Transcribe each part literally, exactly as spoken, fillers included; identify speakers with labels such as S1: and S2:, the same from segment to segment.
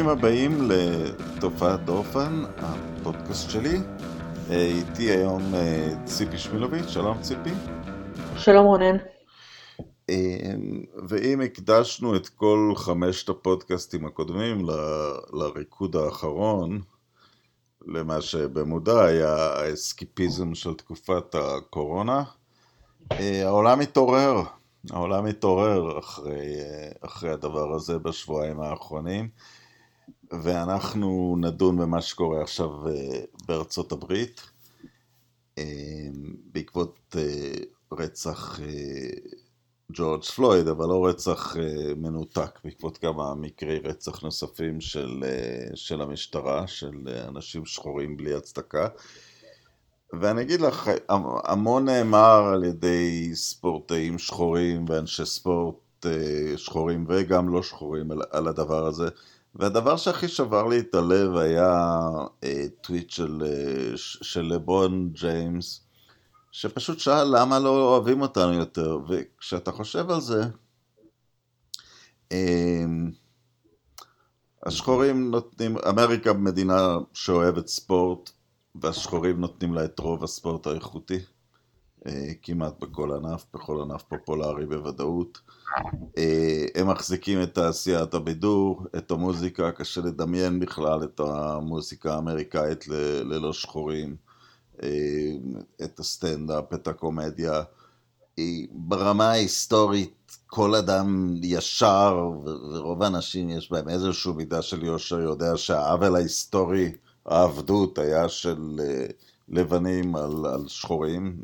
S1: ברוכים הבאים לתופעת דורפן, הפודקאסט שלי. איתי היום ציפי שמילוביץ', שלום ציפי.
S2: שלום רונן.
S1: ואם הקדשנו את כל חמשת הפודקאסטים הקודמים ל- לריקוד האחרון, למה שבמודע היה האסקיפיזם של תקופת הקורונה, העולם מתעורר, העולם מתעורר אחרי, אחרי הדבר הזה בשבועיים האחרונים, ואנחנו נדון במה שקורה עכשיו בארצות הברית, בעקבות רצח ג'ורג' פלויד, אבל לא רצח מנותק, בעקבות כמה מקרי רצח נוספים של, של המשטרה, של אנשים שחורים בלי הצדקה. ואני אגיד לך, המון נאמר על ידי ספורטאים שחורים ואנשי ספורט שחורים וגם לא שחורים על, על הדבר הזה. והדבר שהכי שבר לי את הלב היה טוויט של, של לברון ג'יימס, שפשוט שאל למה לא אוהבים אותנו יותר. וכשאתה חושב על זה, השחורים נותנים, אמריקה מדינה שאוהבת ספורט, והשחורים נותנים לה את רוב הספורט האיכותי, כמעט בכל ענף, בכל ענף פופולרי בוודאות. הם מחזיקים את תעשיית הבידור, את המוזיקה, קשה לדמיין בכלל את המוזיקה האמריקאית ללא שחורים, את הסטנדאפ, את הקומדיה. ברמה ההיסטורית, כל אדם ישר, ורוב האנשים יש בהם איזשהו מידה של יושר, יודע שהעוול ההיסטורי, העבדות היה של לבנים על, על שחורים.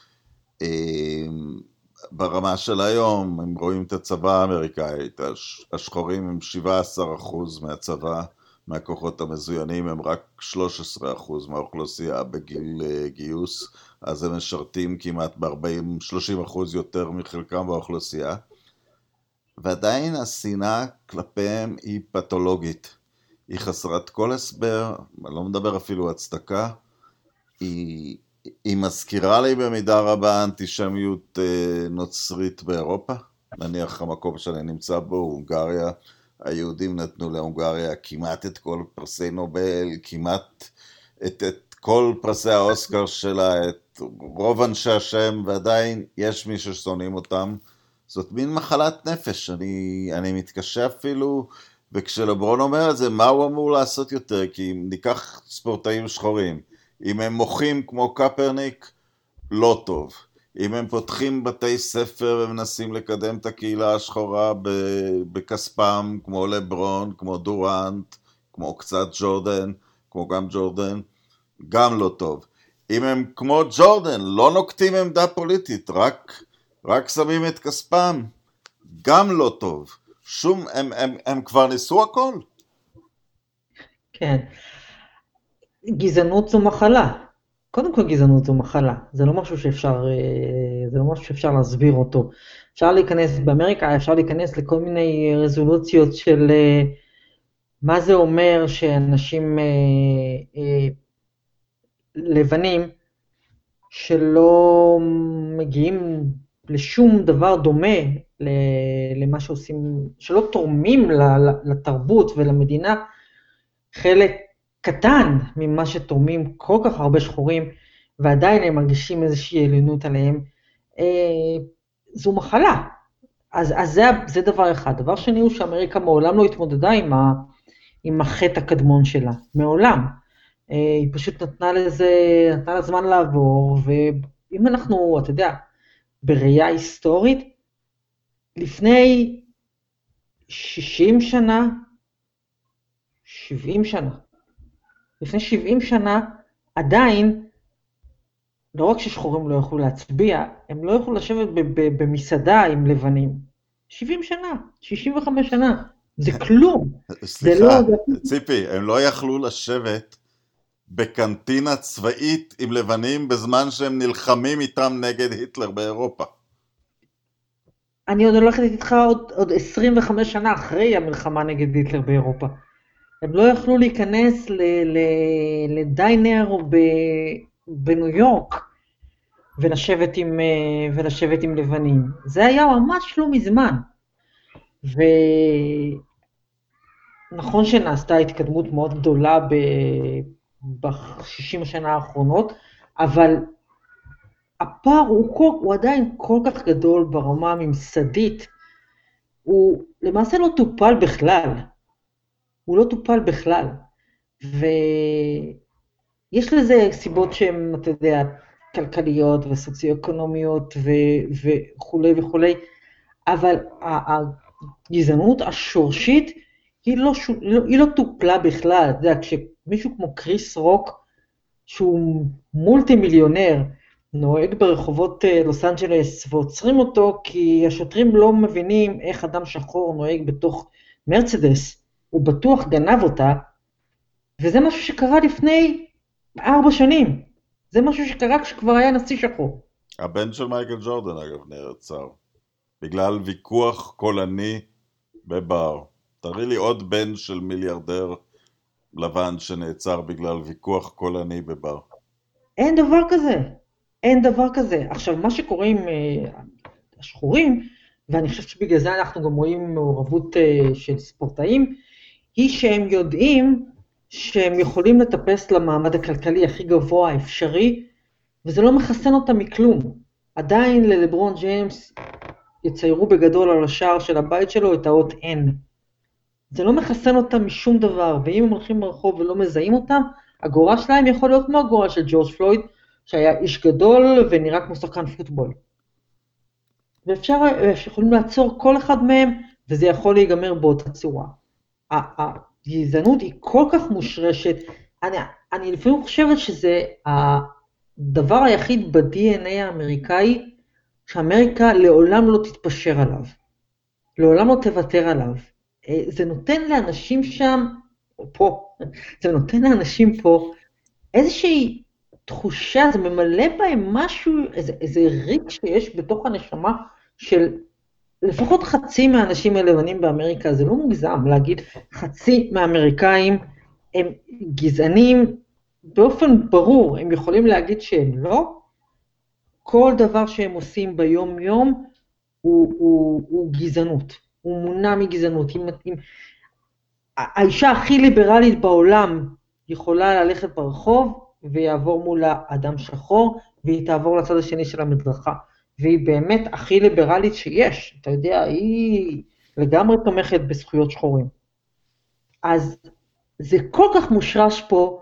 S1: ברמה של היום, הם רואים את הצבא האמריקאית, השחורים הם שבעה עשר אחוז מהצבא, מהכוחות המזוינים, הם רק שלושה עשר אחוז מהאוכלוסייה בגיל גיוס, אז הם משרתים כמעט ב-ארבעים שלושים אחוז יותר מחלקם באוכלוסייה, ועדיין השנאה כלפיהם היא פתולוגית. היא חסרת כל הסבר, אני לא מדבר אפילו הצדקה, היא, היא מזכירה לי במידה רבה אנטישמיות נוצרית באירופה, נניח המקום שאני נמצא בו, הונגריה, היהודים נתנו להונגריה כמעט את כל פרסי נובל, כמעט את, את כל פרסי האוסקר שלה, את רוב אנשי השם, ועדיין יש מי ששונאים אותם. זאת מין מחלת נפש, אני, אני מתקשה אפילו, וכשלברון אומר את זה, מה הוא אמור לעשות יותר? כי אם ניקח ספורטאים שחורים, אם הם מוחים כמו קפרניק, לא טוב. אם הם פותחים בתי ספר ומנסים לקדם את הקהילה השחורה בכספם, כמו לברון, כמו דורנט, כמו קצת ג'ורדן, כמו גם ג'ורדן, גם לא טוב. אם הם כמו ג'ורדן, לא נוקטים עמדה פוליטית, רק, רק שמים את כספם, גם לא טוב. שום, הם, הם, הם כבר ניסו הכל.
S2: כן. גזענות זו מחלה. קודם כל גזענות זו מחלה. זה לא משהו שאפשר, זה לא משהו שאפשר להסביר אותו. אפשר להיכנס, באמריקה אפשר להיכנס לכל מיני רזולוציות של מה זה אומר שאנשים לבנים שלא מגיעים לשום דבר דומה למה שעושים, שלא תורמים לתרבות ולמדינה, חלק קטן ממה שתורמים כל כך הרבה שחורים, ועדיין הם מרגישים איזושהי עליונות עליהם, זו מחלה. אז, אז זה, זה דבר אחד. דבר שני הוא שאמריקה מעולם לא התמודדה עם, ה, עם החטא הקדמון שלה, מעולם. היא פשוט נתנה לזה, נתנה לה זמן לעבור, ואם אנחנו, אתה יודע, בראייה היסטורית, לפני שישים שנה, שבעים שנה, לפני שבעים שנה, עדיין, לא רק ששחורים לא יכלו להצביע, הם לא יכלו לשבת במסעדה עם לבנים. שבעים שנה, שישים וחמש שנה, זה כלום.
S1: סליחה,
S2: זה לא...
S1: ציפי, הם לא יכלו לשבת בקנטינה צבאית עם לבנים בזמן שהם נלחמים איתם נגד היטלר באירופה.
S2: אני עוד הולכת איתך עוד, עוד עשרים וחמש שנה אחרי המלחמה נגד היטלר באירופה. הם לא יכלו להיכנס ל, ל, לדיינר ב, בניו יורק ולשבת עם, ולשבת עם לבנים. זה היה ממש לא מזמן. ו... נכון שנעשתה התקדמות מאוד גדולה ב-שישים השנה האחרונות, אבל הפער הוא, כל, הוא עדיין כל כך גדול ברמה הממסדית, הוא למעשה לא טופל בכלל, הוא לא טופל בכלל, ויש לזה סיבות שהן, אתה יודע, כלכליות וסוציו-אקונומיות וכו' וכו', אבל הגזענות השורשית היא לא, היא לא טופלה בכלל. אתה יודע, כשמישהו כמו קריס רוק, שהוא מולטי מיליונר, נוהג ברחובות לוס אנג'לס ועוצרים אותו כי השוטרים לא מבינים איך אדם שחור נוהג בתוך מרצדס, הוא בטוח גנב אותה, וזה משהו שקרה לפני ארבע שנים, זה משהו שקרה כשכבר היה נשיא שחור.
S1: הבן של מייקל ג'ורדן אגב נעצר, בגלל ויכוח קולני בבר. תראי לי עוד בן של מיליארדר לבן שנעצר בגלל ויכוח קולני בבר.
S2: אין דבר כזה, אין דבר כזה. עכשיו, מה שקורה עם uh, השחורים, ואני חושבת שבגלל זה אנחנו גם רואים מעורבות uh, של ספורטאים, היא שהם יודעים שהם יכולים לטפס למעמד הכלכלי הכי גבוה האפשרי, וזה לא מחסן אותם מכלום. עדיין ללברון ג'יימס יציירו בגדול על השער של הבית שלו את האות N. זה לא מחסן אותם משום דבר, ואם הם הולכים ברחוב ולא מזהים אותם, הגורל שלהם יכול להיות כמו הגורל של ג'ורג' פלויד, שהיה איש גדול ונראה כמו שחקן פוטבול. ואפשר, יכולים לעצור כל אחד מהם, וזה יכול להיגמר באותה צורה. הגזענות היא כל כך מושרשת, אני, אני לפעמים חושבת שזה הדבר היחיד ב-די אן איי האמריקאי, שאמריקה לעולם לא תתפשר עליו, לעולם לא תוותר עליו. זה נותן לאנשים שם, או פה, זה נותן לאנשים פה איזושהי תחושה, זה ממלא בהם משהו, איזה, איזה ריק שיש בתוך הנשמה של לפחות חצי מהאנשים הלבנים באמריקה. זה לא מוגזם להגיד חצי מהאמריקאים הם גזענים באופן ברור, הם יכולים להגיד שהם לא. כל דבר שהם עושים ביום יום הוא, הוא, הוא גזענות, הוא מונע מגזענות. אם, אם, האישה הכי ליברלית בעולם יכולה ללכת ברחוב ויעבור מול האדם שחור, והיא תעבור לצד השני של המדרכה. והיא באמת הכי ליברלית שיש, אתה יודע, היא לגמרי תומכת בזכויות שחורים. אז זה כל כך מושרש פה,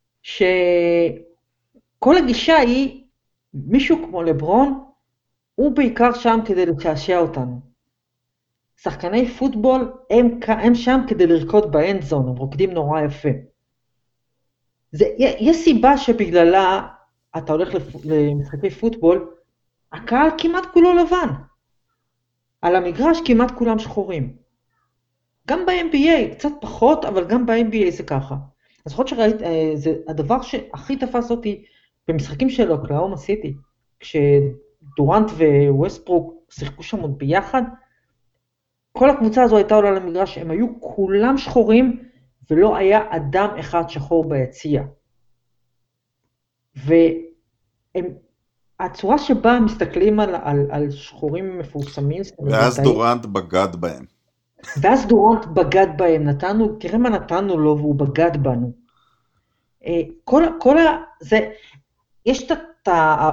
S2: שכל הגישה היא, מישהו כמו לברון, הוא בעיקר שם כדי לשעשע אותנו. שחקני פוטבול, הם, הם שם כדי לרקוד באנד זון, הם רוקדים נורא יפה. זה, יש סיבה שבגללה אתה הולך למשחקי פוטבול, הקהל כמעט כולו לבן. על המגרש כמעט כולם שחורים. גם ב-אן בי איי, קצת פחות, אבל גם ב-אן בי איי זה ככה. אז יכול שראית, זה הדבר שהכי תפס אותי במשחקים של אוקלהומה סיטי, כשדורנט וווסטברוק שיחקו שם עוד ביחד, כל הקבוצה הזו הייתה עולה למגרש, הם היו כולם שחורים, ולא היה אדם אחד שחור ביציע. והם, הצורה שבה מסתכלים על, על, על שחורים מפורסמים,
S1: ואז דורנט בגד בהם.
S2: ואז דורנט בגד בהם, נתנו, תראה מה נתנו לו והוא בגד בנו. כל, כל ה... זה, יש את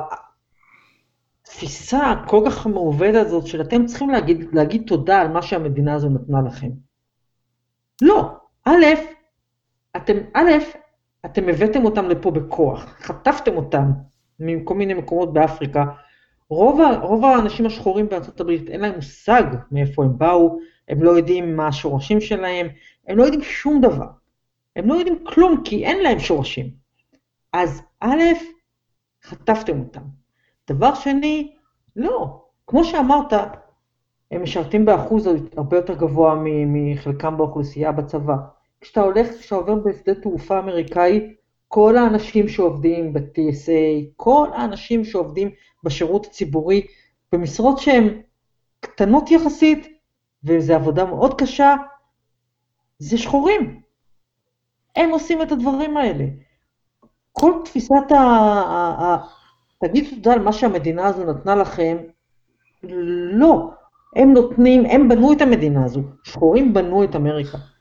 S2: התפיסה כל כך מעובדת הזאת, של אתם צריכים להגיד, להגיד תודה על מה שהמדינה הזו נתנה לכם. לא, א', אתם, א', אתם הבאתם אותם לפה בכוח, חטפתם אותם מכל מיני מקומות באפריקה. רוב, רוב האנשים השחורים בארצות הברית אין להם מושג מאיפה הם באו, הם לא יודעים מה השורשים שלהם, הם לא יודעים שום דבר. הם לא יודעים כלום כי אין להם שורשים. אז א', חטפתם אותם. דבר שני, לא. כמו שאמרת, הם משרתים באחוז הרבה יותר גבוה מחלקם באוכלוסייה בצבא. כשאתה הולך, כשאתה עובר בשדה תעופה אמריקאי, כל האנשים שעובדים ב-טי אס איי, כל האנשים שעובדים בשירות הציבורי, במשרות שהן קטנות יחסית, וזו עבודה מאוד קשה, זה שחורים. הם עושים את הדברים האלה. כל תפיסת ה... ה... תגיד תודה על מה שהמדינה הזו נתנה לכם, לא. הם נותנים, הם בנו את המדינה הזו. שחורים בנו את אמריקה.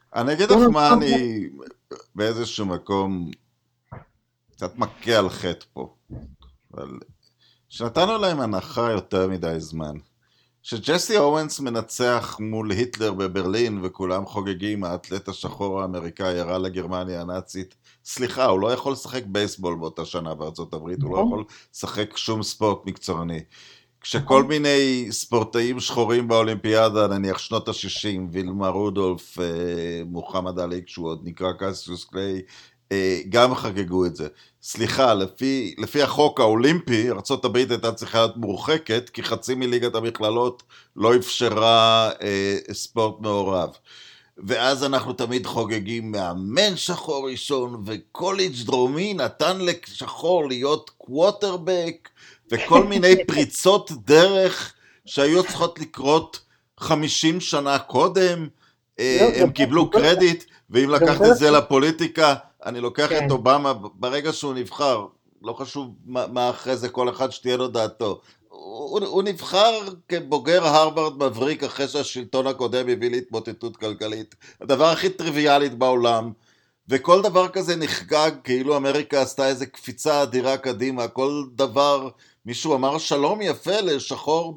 S1: אני אגיד לך מה אני באיזשהו מקום קצת מכה על חטא פה. אבל שנתנו להם הנחה יותר מדי זמן. שג'סי אורנס מנצח מול היטלר בברלין וכולם חוגגים, האתלט השחור האמריקאי ירה לגרמניה הנאצית. סליחה, הוא לא יכול לשחק בייסבול באותה שנה בארצות הברית, הוא לא יכול לשחק שום ספורט מקצועני. כשכל מיני ספורטאים שחורים באולימפיאדה, נניח שנות ה-שישים, וילמה רודולף, מוחמד עלי, כשהוא עוד נקרא קסיוס קליי, גם חגגו את זה. סליחה, לפי, לפי החוק האולימפי, ארצות הברית הייתה צריכה להיות מורחקת, כי חצי מליגת המכללות לא אפשרה אה, ספורט מעורב. ואז אנחנו תמיד חוגגים מאמן שחור ראשון, וקוליג' דרומי נתן לשחור להיות קווטרבק, וכל מיני פריצות דרך שהיו צריכות לקרות חמישים שנה קודם, הם קיבלו קרדיט, ואם לקחת את זה לפוליטיקה, אני לוקח את אובמה, ברגע שהוא נבחר, לא חשוב מה אחרי זה, כל אחד שתהיה לו דעתו, הוא נבחר כבוגר הרווארד מבריק, אחרי שהשלטון הקודם הביא להתמוטטות כלכלית, הדבר הכי טריוויאלית בעולם, וכל דבר כזה נחגג, כאילו אמריקה עשתה איזה קפיצה אדירה קדימה, כל דבר, מישהו אמר שלום יפה לשחור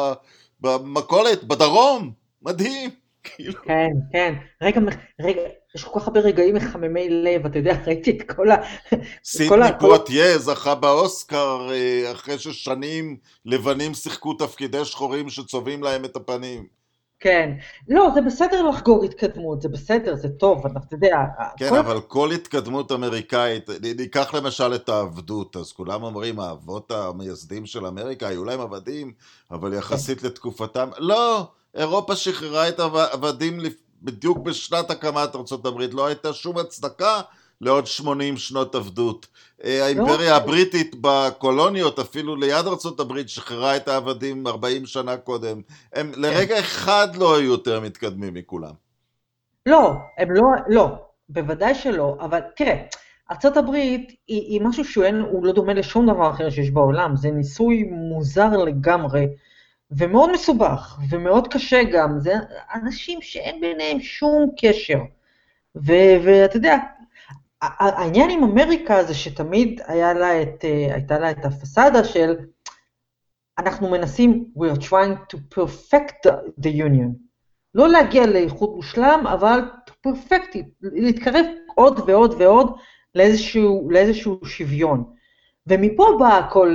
S1: במקולת, בדרום, מדהים.
S2: כן, כן, רגע, רגע, יש כל כך הרבה רגעים מחממי לב, אתה יודע, ראיתי את כל ה...
S1: סידני פואטיה זכה באוסקר, אחרי ששנים לבנים שיחקו תפקידי שחורים שצובעים להם את הפנים.
S2: כן, לא, זה בסדר לחגוג התקדמות, זה בסדר, זה טוב, אתה יודע.
S1: כן, אבל כל התקדמות אמריקאית, ניקח למשל את העבדות, אז כולם אומרים, האבות המייסדים של אמריקה, היו להם עבדים, אבל יחסית לתקופתם, לא, אירופה שחררה את העבדים בדיוק בשנת הקמת ארצות הברית, לא הייתה שום הצדקה לעוד שמונים שנות עבדות. האימפריה הבריטית בקולוניות, אפילו ליד ארצות הברית, שחררה את העבדים ארבעים שנה קודם. הם לרגע אחד לא היו יותר מתקדמים מכולם.
S2: לא, הם לא, לא, בוודאי שלא, אבל תראה, ארצות הברית היא, היא משהו שהוא לא דומה לשום דבר אחר שיש בעולם, זה ניסוי מוזר לגמרי, ומאוד מסובך, ומאוד קשה גם, זה אנשים שאין ביניהם שום קשר, ואתה יודע, העניין עם אמריקה זה שתמיד היה לה את, הייתה לה את הפסדה של, אנחנו מנסים, we are trying to perfect the, the union, לא להגיע לאיחוד מושלם, אבל to perfect it, להתקרב עוד ועוד ועוד לאיזשהו, לאיזשהו שוויון, ומפה בא כל,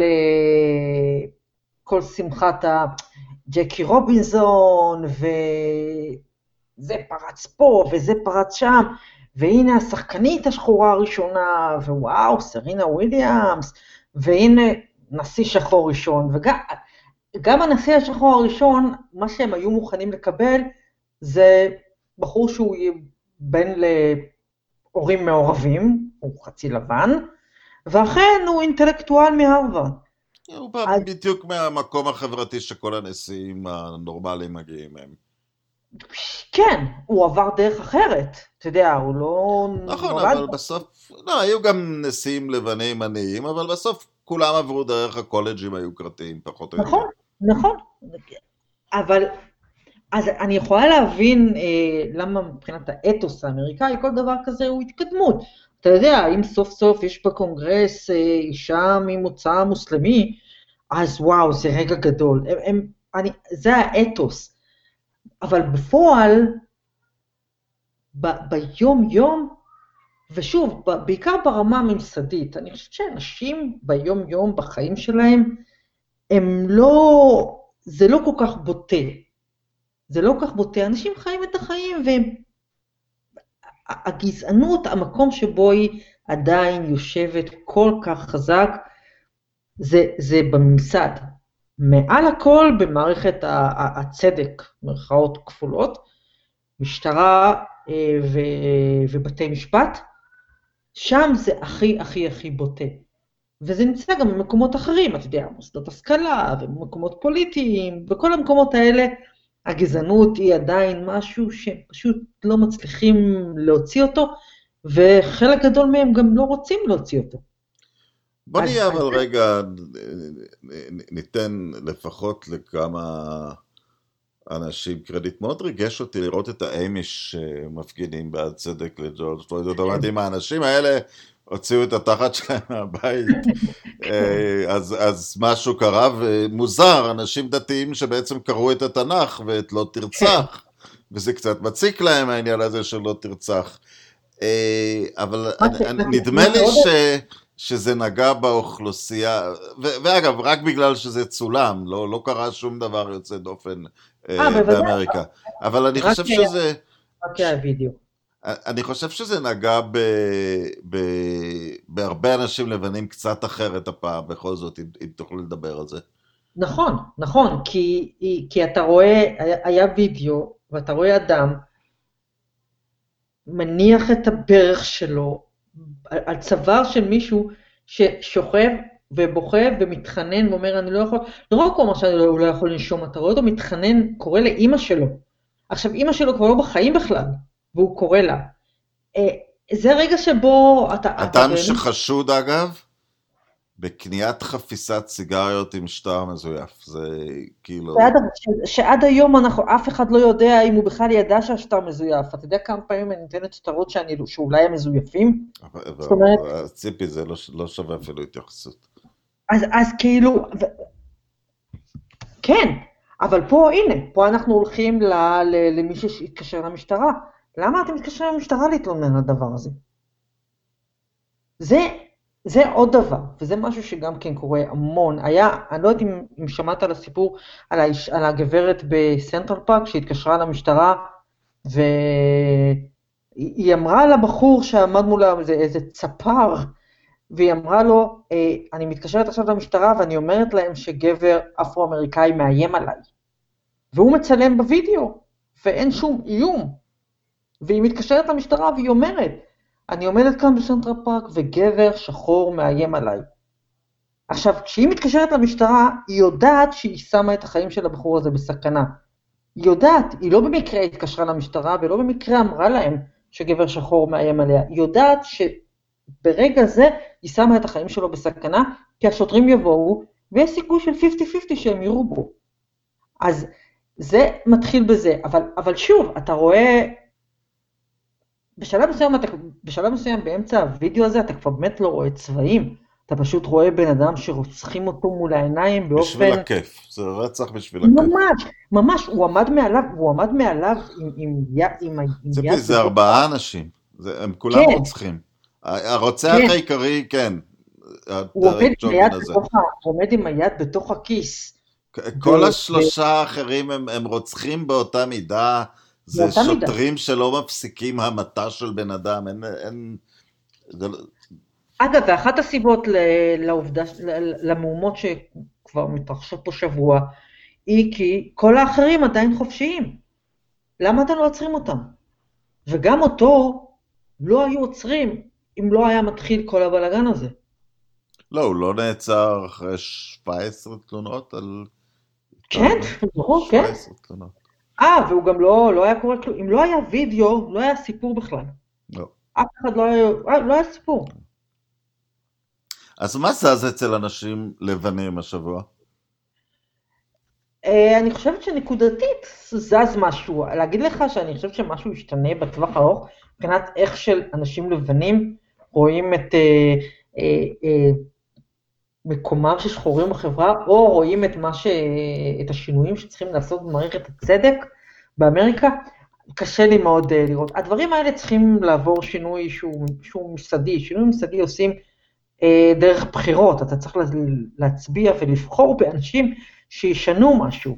S2: כל שמחת ג'קי רובינזון, וזה פרץ פה וזה פרץ שם, והנה השחקנית השחורה הראשונה, ווואו, סרינה וויליאמס, והנה נשיא שחור ראשון, וגם הנשיא השחור הראשון, מה שהם היו מוכנים לקבל, זה בחור שהוא בן להורים מעורבים, הוא חצי לבן, ואכן הוא אינטלקטואל מהרווארד.
S1: הוא בא בדיוק מהמקום החברתי שכל הנשיאים הנורמליים מגיעים מהם.
S2: כן, הוא עבר דרך אחרת, אתה יודע, הוא לא...
S1: נכון, אבל בסוף, לא, היו גם נשיאים לבנים עניים, אבל בסוף כולם עברו דרך הקולג'ים היוקרתיים, פחות או יותר.
S2: נכון, נכון, אבל, אז אני יכולה להבין אה, למה מבחינת האתוס האמריקאי, כל דבר כזה הוא התקדמות. אתה יודע, אם סוף סוף יש בקונגרס אה, אישה ממוצא מוסלמי, אז וואו, זה רגע גדול. הם, הם, אני, זה האתוס. אבל בפועל, ב, ביום יום, ושוב, ב, בעיקר ברמה הממסדית, אני חושבת שאנשים ביום יום בחיים שלהם, הם לא, זה לא כל כך בוטה. זה לא כל כך בוטה. אנשים חיים את החיים, והגזענות, המקום שבו היא עדיין יושבת כל כך חזק, זה, זה בממסד. מעל הכל במערכת הצדק, מרכאות כפולות, משטרה ובתי משפט, שם זה הכי הכי הכי בוטה. וזה נמצא גם במקומות אחרים, אתה יודע, מוסדות השכלה ומקומות פוליטיים, בכל המקומות האלה הגזענות היא עדיין משהו שפשוט לא מצליחים להוציא אותו, וחלק גדול מהם גם לא רוצים להוציא אותו.
S1: בוא נהיה אבל רגע, ניתן לפחות לכמה אנשים, קרדיט מאוד ריגש אותי לראות את האמיש מפגינים בעד צדק לג'ורג' פלויד, זאת אומרת, אם האנשים האלה הוציאו את התחת שלהם מהבית, אז, אז משהו קרה, ומוזר, אנשים דתיים שבעצם קראו את התנ"ך ואת לא תרצח, וזה קצת מציק להם העניין הזה של לא תרצח. אבל נדמה לי ש... שזה נגע באוכלוסייה, ו- ואגב, רק בגלל שזה צולם, לא, לא קרה שום דבר יוצא דופן אה, באמריקה. אבל אני חושב שזה...
S2: רק הווידאו.
S1: אני חושב שזה נגע ב, ב, בהרבה אנשים לבנים קצת אחרת הפעם, בכל זאת, אם, אם תוכלו לדבר על זה.
S2: נכון, נכון, כי, כי אתה רואה, היה וידאו, ואתה רואה אדם, מניח את הברך שלו, על צוואר של מישהו ששוכב ובוכה ומתחנן ואומר אני לא יכול, לא רק הוא אמר שהוא לא יכול לנשום, אתה רואה אותו מתחנן, קורא לאמא שלו. עכשיו אמא שלו כבר לא בחיים בכלל, והוא קורא לה. זה רגע שבו אתה...
S1: אדם שחשוד אגב, בקניית חפיסת סיגריות עם שטר מזויף, זה כאילו...
S2: שעד, שעד היום אנחנו, אף אחד לא יודע אם הוא בכלל ידע שהשטר מזויף. אתה יודע כמה פעמים אני נותנת שטרות שאני, שאולי הם מזויפים?
S1: זאת אומרת... ציפי, זה לא, לא שווה אפילו התייחסות.
S2: אז, אז כאילו... ו... כן, אבל פה, הנה, פה אנחנו הולכים ל, ל, למי שהתקשר למשטרה. למה אתם מתקשרים למשטרה להתלונן על הדבר הזה? זה... זה עוד דבר, וזה משהו שגם כן קורה המון. היה, אני לא יודעת אם, אם שמעת על הסיפור, על, האיש, על הגברת בסנטרל פארק, שהתקשרה למשטרה, והיא אמרה לבחור שעמד מולה איזה, איזה צפר, והיא אמרה לו, אני מתקשרת עכשיו למשטרה, ואני אומרת להם שגבר אפרו-אמריקאי מאיים עליי. והוא מצלם בווידאו, ואין שום איום. והיא מתקשרת למשטרה, והיא אומרת, אני עומדת כאן בסנטרל פארק, וגבר שחור מאיים עליי. עכשיו, כשהיא מתקשרת למשטרה, היא יודעת שהיא שמה את החיים של הבחור הזה בסכנה. היא יודעת, היא לא במקרה התקשרה למשטרה, ולא במקרה אמרה להם שגבר שחור מאיים עליה. היא יודעת שברגע זה היא שמה את החיים שלו בסכנה, כי השוטרים יבואו, ויש סיכוי של חמישים חמישים שהם יראו בו. אז זה מתחיל בזה, אבל, אבל שוב, אתה רואה... בשלב מסוים, אתה, בשלב מסוים באמצע הווידאו הזה, אתה כבר באמת לא רואה צבעים, אתה פשוט רואה בן אדם שרוצחים אותו מול העיניים באופן...
S1: בשביל הכיף, זה רצח בשביל הכיף.
S2: ממש, ממש, הוא עמד מעליו, הוא עמד מעליו עם, עם, עם, עם
S1: זה
S2: יד...
S1: זה ארבעה אנשים, זה, הם כולם כן. רוצחים. הרוצח כן. העיקרי, כן.
S2: הוא עומד, בתוך, הוא עומד עם היד בתוך הכיס.
S1: כל ו... השלושה האחרים הם, הם רוצחים באותה מידה, זה שוטרים שלא מפסיקים המתה של בן אדם, אין... אין זה...
S2: אגב, ואחת הסיבות לעובדה, למהומות שכבר מתרחשות פה שבוע, היא כי כל האחרים עדיין חופשיים. למה אתם לא עוצרים אותם? וגם אותו לא היו עוצרים, אם לא היה מתחיל כל הבלגן הזה.
S1: לא, הוא לא נעצר אחרי שבע עשרה תלונות על...
S2: כן, ברור, כן. שבע עשרה תלונות. אה, והוא גם לא, לא היה קורא כלום. אם לא היה וידאו, לא היה סיפור בכלל.
S1: לא.
S2: אף אחד לא היה, לא היה סיפור.
S1: אז מה זז אצל אנשים לבנים השבוע?
S2: אני חושבת שנקודתית זז משהו. להגיד לך שאני חושבת שמשהו ישתנה בטווח הארוך, מבחינת איך של אנשים לבנים רואים את אה, אה, אה, מקומם של שחורים בחברה, או רואים את, מה ש... את השינויים שצריכים לעשות במערכת הצדק באמריקה. קשה לי מאוד לראות. הדברים האלה צריכים לעבור שינוי שהוא, שהוא מסדי. שינוי מסדי עושים דרך בחירות, אתה צריך להצביע ולבחור באנשים שישנו משהו.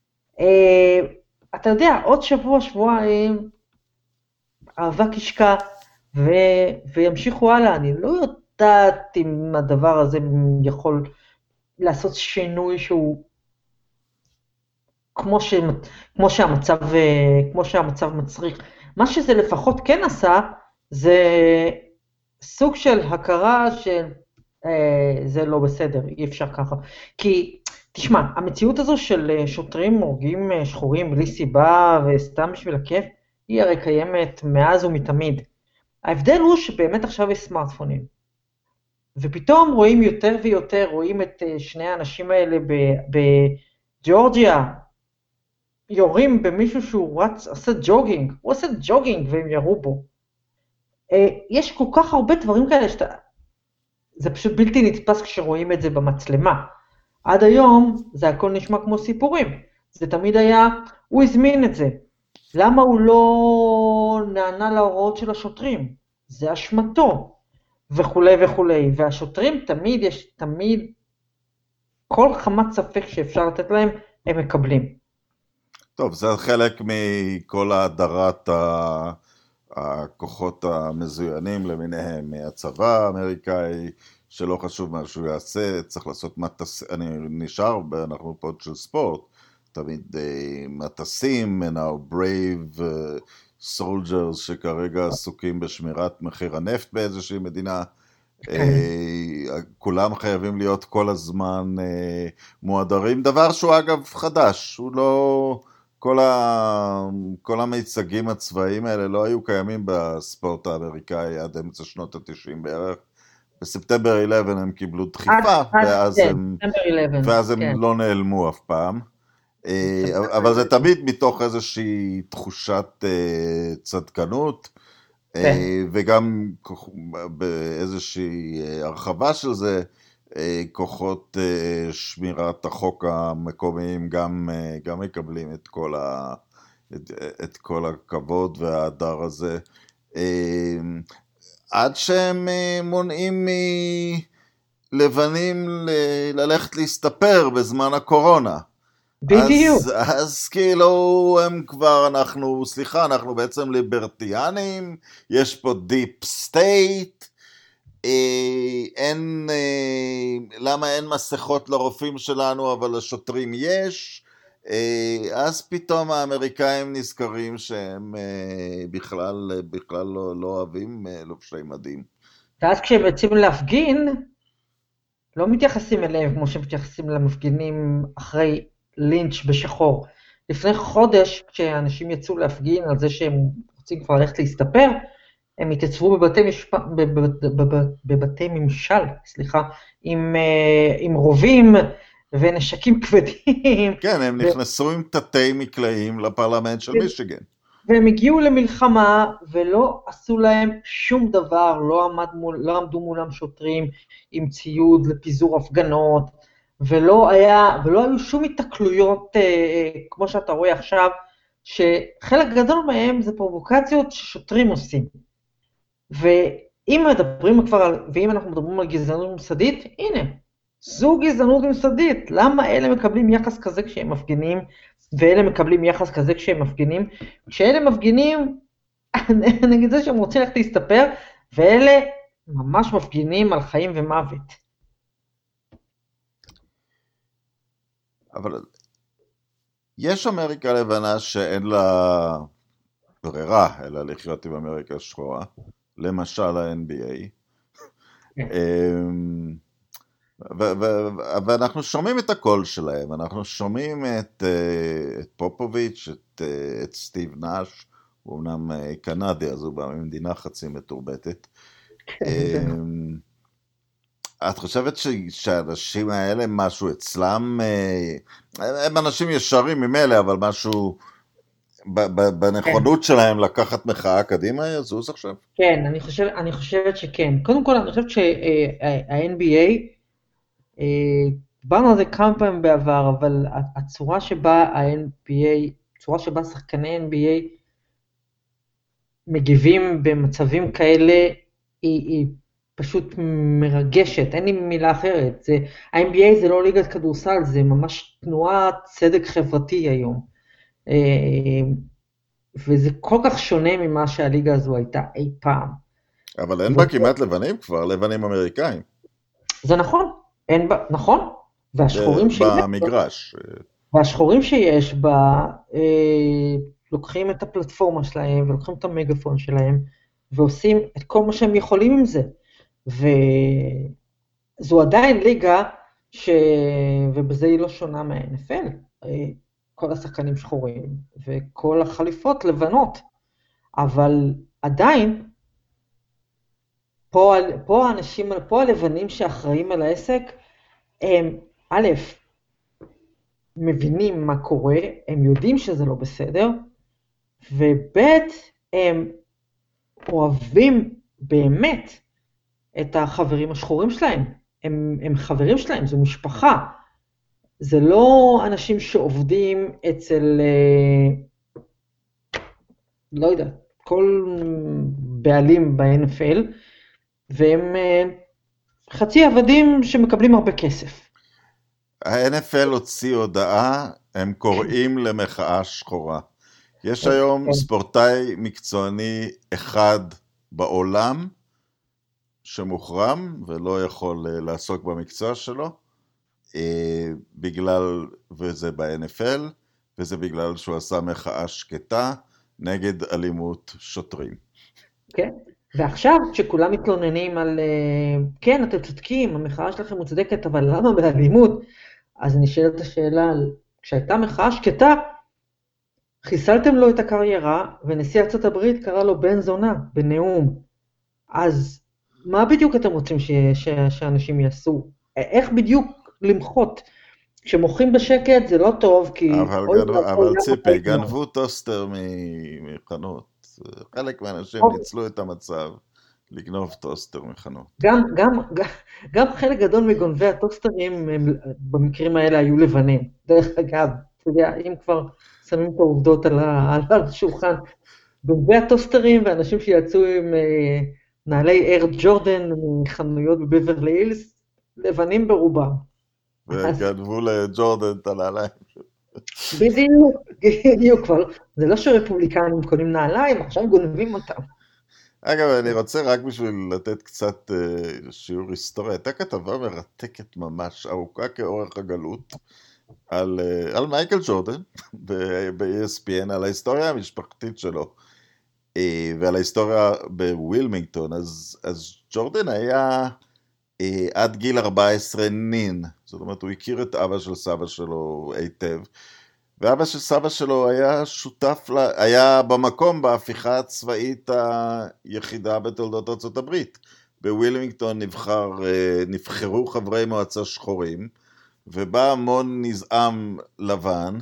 S2: אתה יודע, עוד שבוע, שבועיים, אהבה קשקה, ו... וימשיכו הלאה. אני לא יודעת אם הדבר הזה יכול לעשות שינוי שהוא כמו, ש... כמו, שהמצב... כמו שהמצב מצריך. מה שזה לפחות כן עשה, זה... סוג של הכרה של אה, זה לא בסדר, אי אפשר ככה. כי, תשמע, המציאות הזו של שוטרים הורגים שחורים בלי סיבה וסתם בשביל הכיף, היא הרי קיימת מאז ומתמיד. ההבדל הוא שבאמת עכשיו יש סמארטפונים. ופתאום רואים יותר ויותר, רואים את שני האנשים האלה בג'ורג'יה, יורים במישהו שהוא רץ, עושה ג'וגינג, הוא עושה ג'וגינג והם ירו בו. יש כל כך הרבה דברים כאלה שאתה, זה פשוט בלתי נתפס כשרואים את זה במצלמה. עד היום זה הכל נשמע כמו סיפורים. זה תמיד היה, הוא הזמין את זה. למה הוא לא נענה להוראות של השוטרים? זה אשמתו. וכולי וכולי. והשוטרים תמיד יש, תמיד, כל חמת ספק שאפשר לתת להם, הם מקבלים.
S1: טוב, זה חלק מכל ההדרת הכוחות המזוינים למיניהם, מהצבא האמריקאי, שלא חשוב מה שהוא יעשה, צריך לעשות מטס, אני נשאר, אנחנו פה של ספורט, תמיד מטסים, and our brave soldiers שכרגע עסוקים בשמירת מחיר הנפט באיזושהי מדינה, כולם חייבים להיות כל הזמן מועדרים, דבר שהוא אגב חדש, הוא לא, כל, ה, כל המיצגים הצבאיים האלה לא היו קיימים בספורט האמריקאי עד אמצע שנות ה-תשעים בערך, בספטמבר אחת עשרה הם קיבלו דחיפה, ואז הם, ואז הם לא נעלמו אף פעם, אבל זה תמיד מתוך איזושהי תחושת צדקנות, וגם באיזושהי הרחבה של זה, כוחות שמירת החוק המקומיים גם, גם מקבלים את כל, ה, את, את כל הכבוד וההדר הזה, עד שהם מונעים מלבנים ללכת להסתפר בזמן הקורונה.
S2: בדיוק.
S1: אז, אז כאילו הם כבר, אנחנו, סליחה, אנחנו בעצם ליברטיאנים, יש פה דיפ סטייט, אה, אין, אה, למה אין מסכות לרופאים שלנו, אבל לשוטרים יש, אה, אז פתאום האמריקאים נזכרים שהם אה, בכלל, בכלל לא, לא אוהבים אה, לובשי מדים.
S2: ואז כשהם יוצאים להפגין, לא מתייחסים אליהם כמו שמתייחסים למפגינים אחרי לינץ' בשחור. לפני חודש, כשאנשים יצאו להפגין על זה שהם רוצים כבר ללכת להסתפר, הם התייצבו בבתי, משפ... בבתי, בבתי ממשל, סליחה, עם, עם רובים ונשקים כבדים.
S1: כן, הם ו... נכנסו עם תתי מקלעים לפרלמנט של ו... מישיגן.
S2: והם הגיעו למלחמה ולא עשו להם שום דבר, לא, עמד מול, לא עמדו מולם שוטרים עם ציוד לפיזור הפגנות, ולא היה, ולא היו שום התקלויות, אה, כמו שאתה רואה עכשיו, שחלק גדול מהם זה פרובוקציות ששוטרים עושים. ואם מדברים כבר על, ואם אנחנו מדברים על גזענות ממסדית, הנה, זו גזענות ממסדית. למה אלה מקבלים יחס כזה כשהם מפגינים, ואלה מקבלים יחס כזה כשהם מפגינים? כשאלה מפגינים, נגיד זה שהם רוצים ללכת להסתפר, ואלה ממש מפגינים על חיים ומוות.
S1: אבל יש אמריקה לבנה שאין לה ברירה, אלא לחיות עם אמריקה שחורה, למשל ה-אן בי איי, ואנחנו שומעים את הקול שלהם, אנחנו שומעים את, את פופוביץ', את, את סטיב נאש, הוא אמנם קנדי, אז הוא בא ממדינה חצי מתורבתת, את חושבת שהאנשים האלה, משהו אצלם, הם אנשים ישרים ממילא, אבל משהו בנכונות שלהם לקחת מחאה קדימה, יזוז עכשיו?
S2: כן, אני חושבת, אני חושבת שכן. קודם כל, אני חושבת שה-אן בי איי, דיברנו על זה כמה פעמים בעבר, אבל הצורה שבה ה-אן בי איי, הצורה שבה שחקני אן בי איי מגיבים במצבים כאלה, היא, היא פשוט מרגשת, אין לי מילה אחרת. זה, ה-אן בי איי זה לא ליגת כדורסל, זה ממש תנועת צדק חברתי היום. וזה כל כך שונה ממה שהליגה הזו הייתה אי פעם.
S1: אבל אין בה כמעט לבנים כבר, לבנים אמריקאים.
S2: זה נכון, אין בה, נכון. והשחורים שיש
S1: במגרש.
S2: והשחורים שיש בה, לוקחים את הפלטפורמה שלהם, ולוקחים את המגפון שלהם, ועושים את כל מה שהם יכולים עם זה. וזו עדיין ליגה, ש... ובזה היא לא שונה מה-אן אף אל, כל השחקנים שחורים, וכל החליפות לבנות, אבל עדיין, פה, פה האנשים, פה הלבנים שאחראים על העסק, הם, א', מבינים מה קורה, הם יודעים שזה לא בסדר, וב' הם אוהבים באמת את החברים השחורים שלהם. הם, הם חברים שלהם, זו משפחה. זה לא אנשים שעובדים אצל, אה, לא יודע, כל בעלים ב-אן אף אל, והם אה, חצי עבדים שמקבלים הרבה כסף.
S1: ה-אן אף אל הוציא הודעה, הם קוראים למחאה שחורה. יש היום ספורטאי מקצועני אחד בעולם שמוחרם ולא יכול לעסוק במקצוע שלו, בגלל, וזה ב-אן אף אל, וזה בגלל שהוא עשה מחאה שקטה נגד אלימות שוטרים.
S2: כן, ועכשיו כשכולם מתלוננים על, כן, אתם צודקים, המחאה שלכם מוצדקת, אבל למה באלימות? אז אני שואלת את השאלה, כשהייתה מחאה שקטה, חיסלתם לו את הקריירה, ונשיא ארצות הברית קרא לו בן זונה, בנאום. אז מה בדיוק אתם רוצים ש... ש... שאנשים יעשו? איך בדיוק למחות? כשמוחים בשקט זה לא טוב, כי...
S1: אבל, גנב, אבל ציפי, גנבו טוסטר מחנות. חלק מהאנשים ניצלו את המצב לגנוב טוסטר מחנות.
S2: גם, גם, גם, גם חלק גדול מגונבי הטוסטרים הם, במקרים האלה היו לבנים. דרך אגב, אתה יודע, אם כבר שמים את העובדות על, ה, על השולחן, גונבי הטוסטרים ואנשים שיצאו עם אה, נעלי אייר ג'ורדן מחנויות בביברלי הילס, לבנים ברובם.
S1: וגנבו לג'ורדן את הנעליים.
S2: בדיוק, בדיוק כבר. זה לא שרפובליקנים קונים נעליים, עכשיו גונבים אותם.
S1: אגב, אני רוצה רק בשביל לתת קצת uh, שיעור היסטוריה. הייתה כתבה מרתקת ממש, ארוכה כאורך הגלות, על, uh, על מייקל ג'ורדן ב-אי אס פי אן, על ההיסטוריה המשפחתית שלו, uh, ועל ההיסטוריה בווילמינגטון. אז, אז ג'ורדן היה uh, עד גיל ארבע עשרה נין, זאת אומרת, הוא הכיר את אבא של סבא שלו היטב, ואבא של סבא שלו היה שותף, לה, היה במקום בהפיכה הצבאית היחידה בתולדות ארצות הברית. בווילמינגטון נבחר, נבחרו חברי מועצה שחורים, ובא המון נזעם לבן,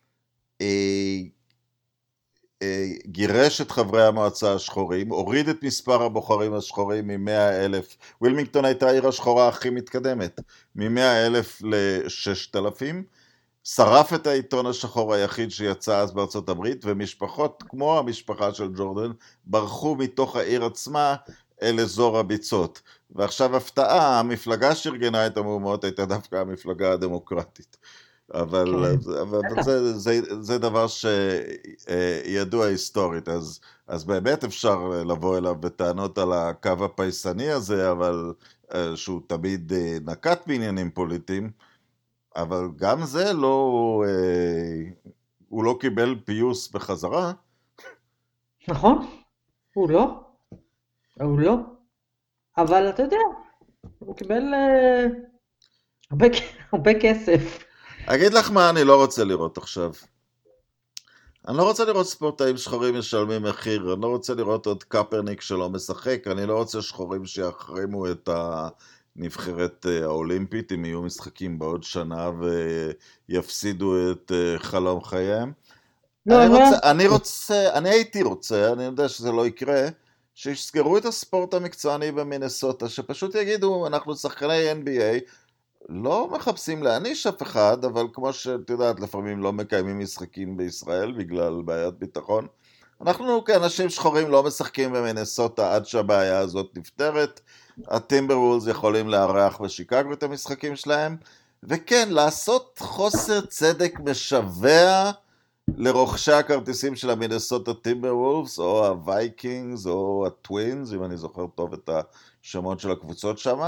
S1: גירש את חברי המועצה השחורים, הוריד את מספר הבוחרים השחורים מ-מאה אלף, ווילמינגטון הייתה העיר השחורה הכי מתקדמת, מ-מאה אלף ל-ששת אלפים, שרף את העיתון השחור היחיד שיצא אז בארצות הברית, ומשפחות כמו המשפחה של ג'ורדן ברחו מתוך העיר עצמה אל אזור הביצות. ועכשיו הפתעה, המפלגה שארגנה את המהומות הייתה דווקא המפלגה הדמוקרטית. אבל, כן. אבל זה, זה, זה דבר שידוע היסטורית, אז, אז באמת אפשר לבוא אליו בטענות על הקו הפייסני הזה, אבל שהוא תמיד נקט בעניינים פוליטיים, אבל גם זה לא, אה, הוא לא קיבל פיוס בחזרה.
S2: נכון, הוא לא, הוא לא, אבל אתה יודע, הוא קיבל אה, הרבה, הרבה כסף.
S1: אגיד לך מה אני לא רוצה לראות עכשיו. אני לא רוצה לראות ספורטאים שחורים משלמים מחיר, אני לא רוצה לראות עוד קפרניק שלא משחק, אני לא רוצה שחורים שיחרימו את ה... נבחרת האולימפית, אם יהיו משחקים בעוד שנה ויפסידו את חלום חייהם. לא, אני, רוצה, אני רוצה, אני הייתי רוצה, אני יודע שזה לא יקרה, שיסגרו את הספורט המקצועני במינסוטה, שפשוט יגידו, אנחנו שחקני אן בי איי, לא מחפשים להניש אף אחד, אבל כמו שאת יודעת, לפעמים לא מקיימים משחקים בישראל בגלל בעיית ביטחון. אנחנו כאנשים שחורים לא משחקים במינסוטה עד שהבעיה הזאת נפתרת. הטימברוולס יכולים לארח בשיקגו את המשחקים שלהם, וכן, לעשות חוסר צדק משווה לרוכשי הכרטיסים של המינסוטה טימברוולס, או הווייקינגס, או הטווינס, אם אני זוכר טוב את השמות של הקבוצות שם,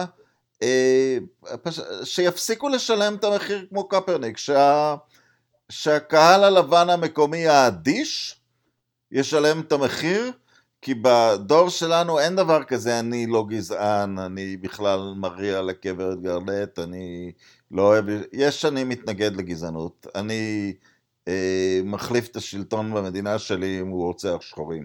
S1: שיפסיקו לשלם את המחיר כמו קפרניק, שה... שהקהל הלבן המקומי האדיש ישלם את המחיר, כי בדור שלנו אין דבר כזה, אני לא גזען, אני בכלל מריע לקבר את גרנט, אני לא אוהב, יש אני מתנגד לגזענות, אני אה, מחליף את השלטון במדינה שלי אם הוא רוצח שחורים.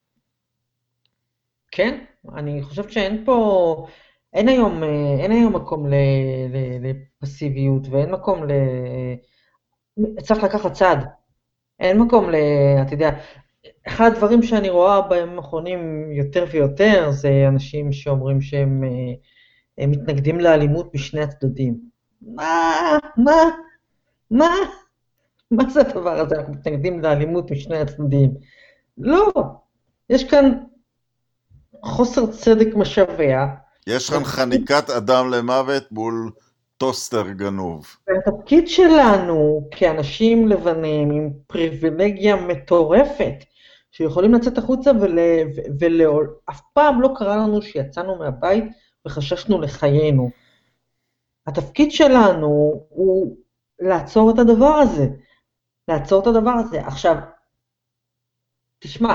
S2: כן, אני חושבת שאין פה, אין היום, אין היום מקום ל, ל, לפסיביות, ואין מקום ל... צריך לקחת צעד. אין מקום ל... אתה יודע, אחד הדברים שאני רואה בימים האחרונים יותר ויותר, זה אנשים שאומרים שהם אה, הם מתנגדים לאלימות בשני הצדדים. מה? מה? מה? מה זה הדבר הזה? אנחנו מתנגדים לאלימות משני הצדדים. לא, יש כאן חוסר צדק משווע.
S1: יש כאן חניקת אדם למוות מול טוסטר גנוב.
S2: והתפקיד שלנו כאנשים לבנים עם פריבילגיה מטורפת, שיכולים לצאת החוצה ואף פעם לא קרה לנו שיצאנו מהבית וחששנו לחיינו. התפקיד שלנו הוא לעצור את הדבר הזה. לעצור את הדבר הזה. עכשיו, תשמע,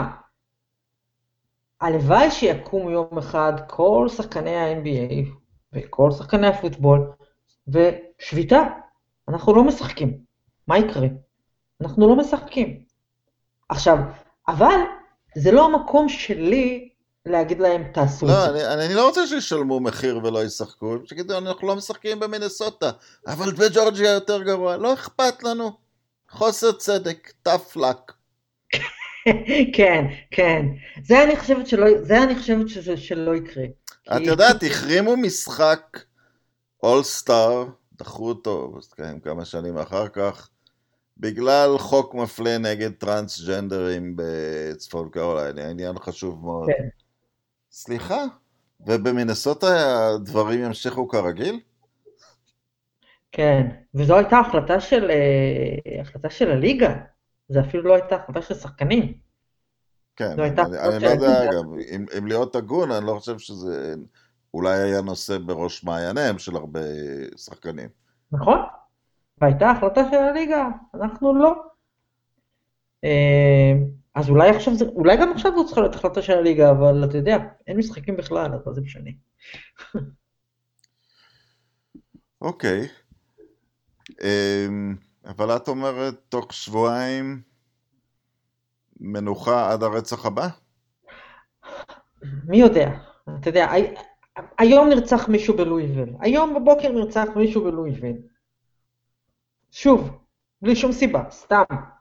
S2: הלוואי שיקום יום אחד כל שחקני ה-אן בי איי וכל שחקני הפוטבול ושביתה. אנחנו לא משחקים. מה יקרה? אנחנו לא משחקים. עכשיו, אבל זה לא המקום שלי להגיד להם תעשו
S1: לא,
S2: את זה.
S1: אני, אני לא רוצה שישלמו מחיר ולא ישחקו, שגידו, אנחנו לא משחקים במינסוטה, אבל בג'ורג'יה יותר גרוע, לא אכפת לנו. חוסר צדק, tough luck.
S2: כן, כן. זה אני חושבת שלא, זה אני חושבת שזה, שלא יקרה.
S1: את יודעת, החרימו משחק אול-סטאר, דחו אותו כמה שנים אחר כך, בגלל חוק מפלה נגד טרנסג'נדרים בצפון קרוליינה, העניין חשוב מאוד.
S2: כן.
S1: סליחה, ובמינסוטה הדברים ימשיכו כרגיל?
S2: כן, וזו הייתה החלטה של, החלטה של הליגה, זה אפילו לא הייתה החלטה של שחקנים.
S1: כן, אני, אני לא יודע, גם, אם, אם להיות הגון, אני לא חושב שזה אולי היה נושא בראש מעייניהם של הרבה שחקנים.
S2: נכון, והייתה החלטה של הליגה, אנחנו לא. אז אולי, עכשיו זה, אולי גם עכשיו זו צריכה להיות החלטה של הליגה, אבל אתה יודע, אין משחקים בכלל, אז זה משנה.
S1: אוקיי. אבל את אומרת, תוך שבועיים מנוחה עד הרצח הבא?
S2: מי יודע? אתה יודע, היום נרצח מישהו בלואיביל. היום בבוקר נרצח מישהו בלואיביל. שוב, בלי שום סיבה, סתם.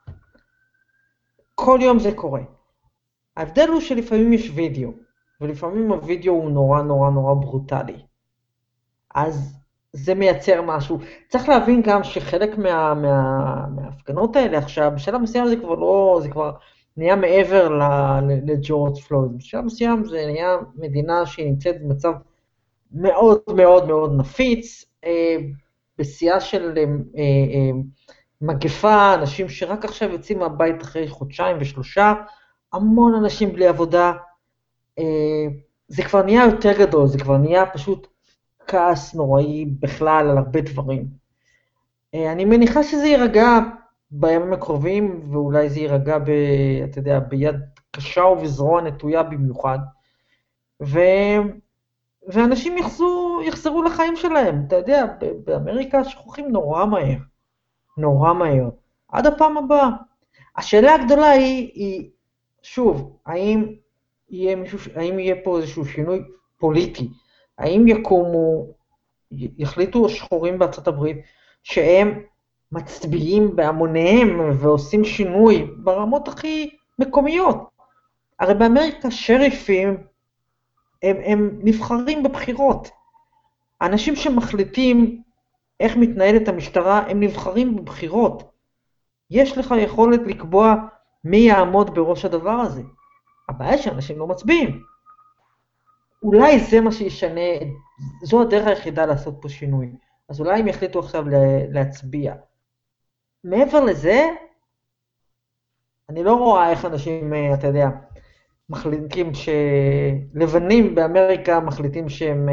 S2: כל יום זה קורה. ההבדל הוא שלפעמים יש וידאו, ולפעמים הוידאו הוא נורא נורא נורא ברוטלי. אז זה מייצר משהו. צריך להבין גם שחלק מה, מה, מההפגנות האלה עכשיו, בשלב מסוים זה כבר לא, זה כבר נהיה מעבר לג'ורג' פלויד. בשלב מסוים זה נהיה מדינה שהיא נמצאת במצב מאוד מאוד מאוד נפיץ, אה, בשיאה של אה, אה, מגפה, אנשים שרק עכשיו יוצאים מהבית אחרי חודשיים ושלושה, המון אנשים בלי עבודה, אה, זה כבר נהיה יותר גדול, זה כבר נהיה פשוט כעס נוראי בכלל על הרבה דברים. אני מניחה שזה יירגע בימים הקרובים, ואולי זה יירגע ב, אתה יודע, ביד קשה ובזרוע נטויה במיוחד, ו... ואנשים יחזרו, יחזרו לחיים שלהם. אתה יודע, באמריקה שכוחים נורא מהר, נורא מהר, עד הפעם הבאה. השאלה הגדולה היא, היא שוב, האם יהיה, מישהו, האם יהיה פה איזשהו שינוי פוליטי? האם יקומו, יחליטו השחורים בארצות הברית, שהם מצביעים בהמוניהם ועושים שינוי ברמות הכי מקומיות? הרי באמריקה שריפים הם, הם נבחרים בבחירות. האנשים שמחליטים איך מתנהלת המשטרה הם נבחרים בבחירות. יש לך יכולת לקבוע מי יעמוד בראש הדבר הזה. הבעיה שאנשים לא מצביעים. אולי זה מה שישנה, זו הדרך היחידה לעשות פה שינוי. אז אולי הם יחליטו עכשיו להצביע. מעבר לזה, אני לא רואה איך אנשים, אתה יודע, מחליטים שלבנים באמריקה מחליטים שהם,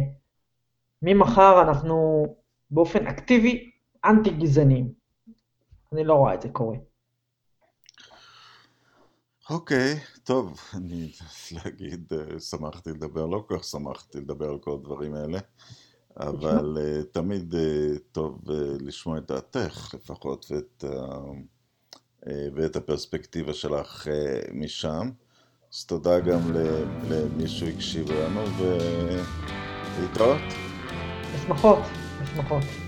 S2: ממחר אנחנו באופן אקטיבי אנטי גזענים. אני לא רואה את זה קורה.
S1: אוקיי, טוב, אני להגיד, שמחתי לדבר, לא כל כך שמחתי לדבר על כל הדברים האלה, אבל תמיד טוב לשמוע את דעתך לפחות, ואת, ואת הפרספקטיבה שלך משם. אז תודה גם למי שהקשיב לנו, ולהתראות.
S2: בשמחות, בשמחות.